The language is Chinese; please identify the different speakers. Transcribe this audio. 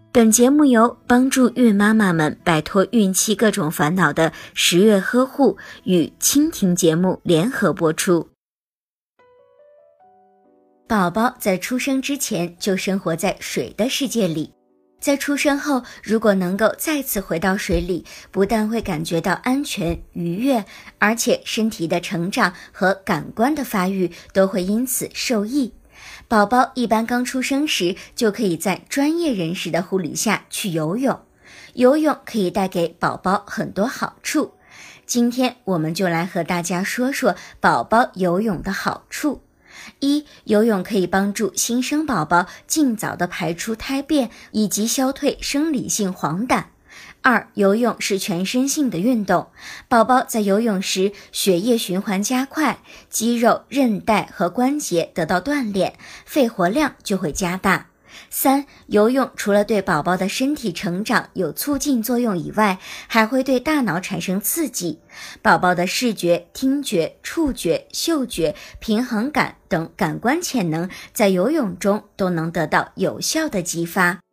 Speaker 1: 本节目由帮助孕妈妈们摆脱孕期各种烦恼的十月呵护与蜻蜓节目联合播出。宝宝在出生之前就生活在水的世界里，在出生后如果能够再次回到水里，不但会感觉到安全愉悦，而且身体的成长和感官的发育都会因此受益。宝宝一般刚出生时就可以在专业人士的护理下去游泳，游泳可以带给宝宝很多好处。今天我们就来和大家说说宝宝游泳的好处。一、游泳可以帮助新生宝宝尽早地排出胎便，以及消退生理性黄疸。二、游泳是全身性的运动，宝宝在游泳时血液循环加快，肌肉、韧带和关节得到锻炼，肺活量就会加大。三、游泳除了对宝宝的身体成长有促进作用以外，还会对大脑产生刺激，宝宝的视觉、听觉、触觉、嗅觉、平衡感等感官潜能在游泳中都能得到有效的激发。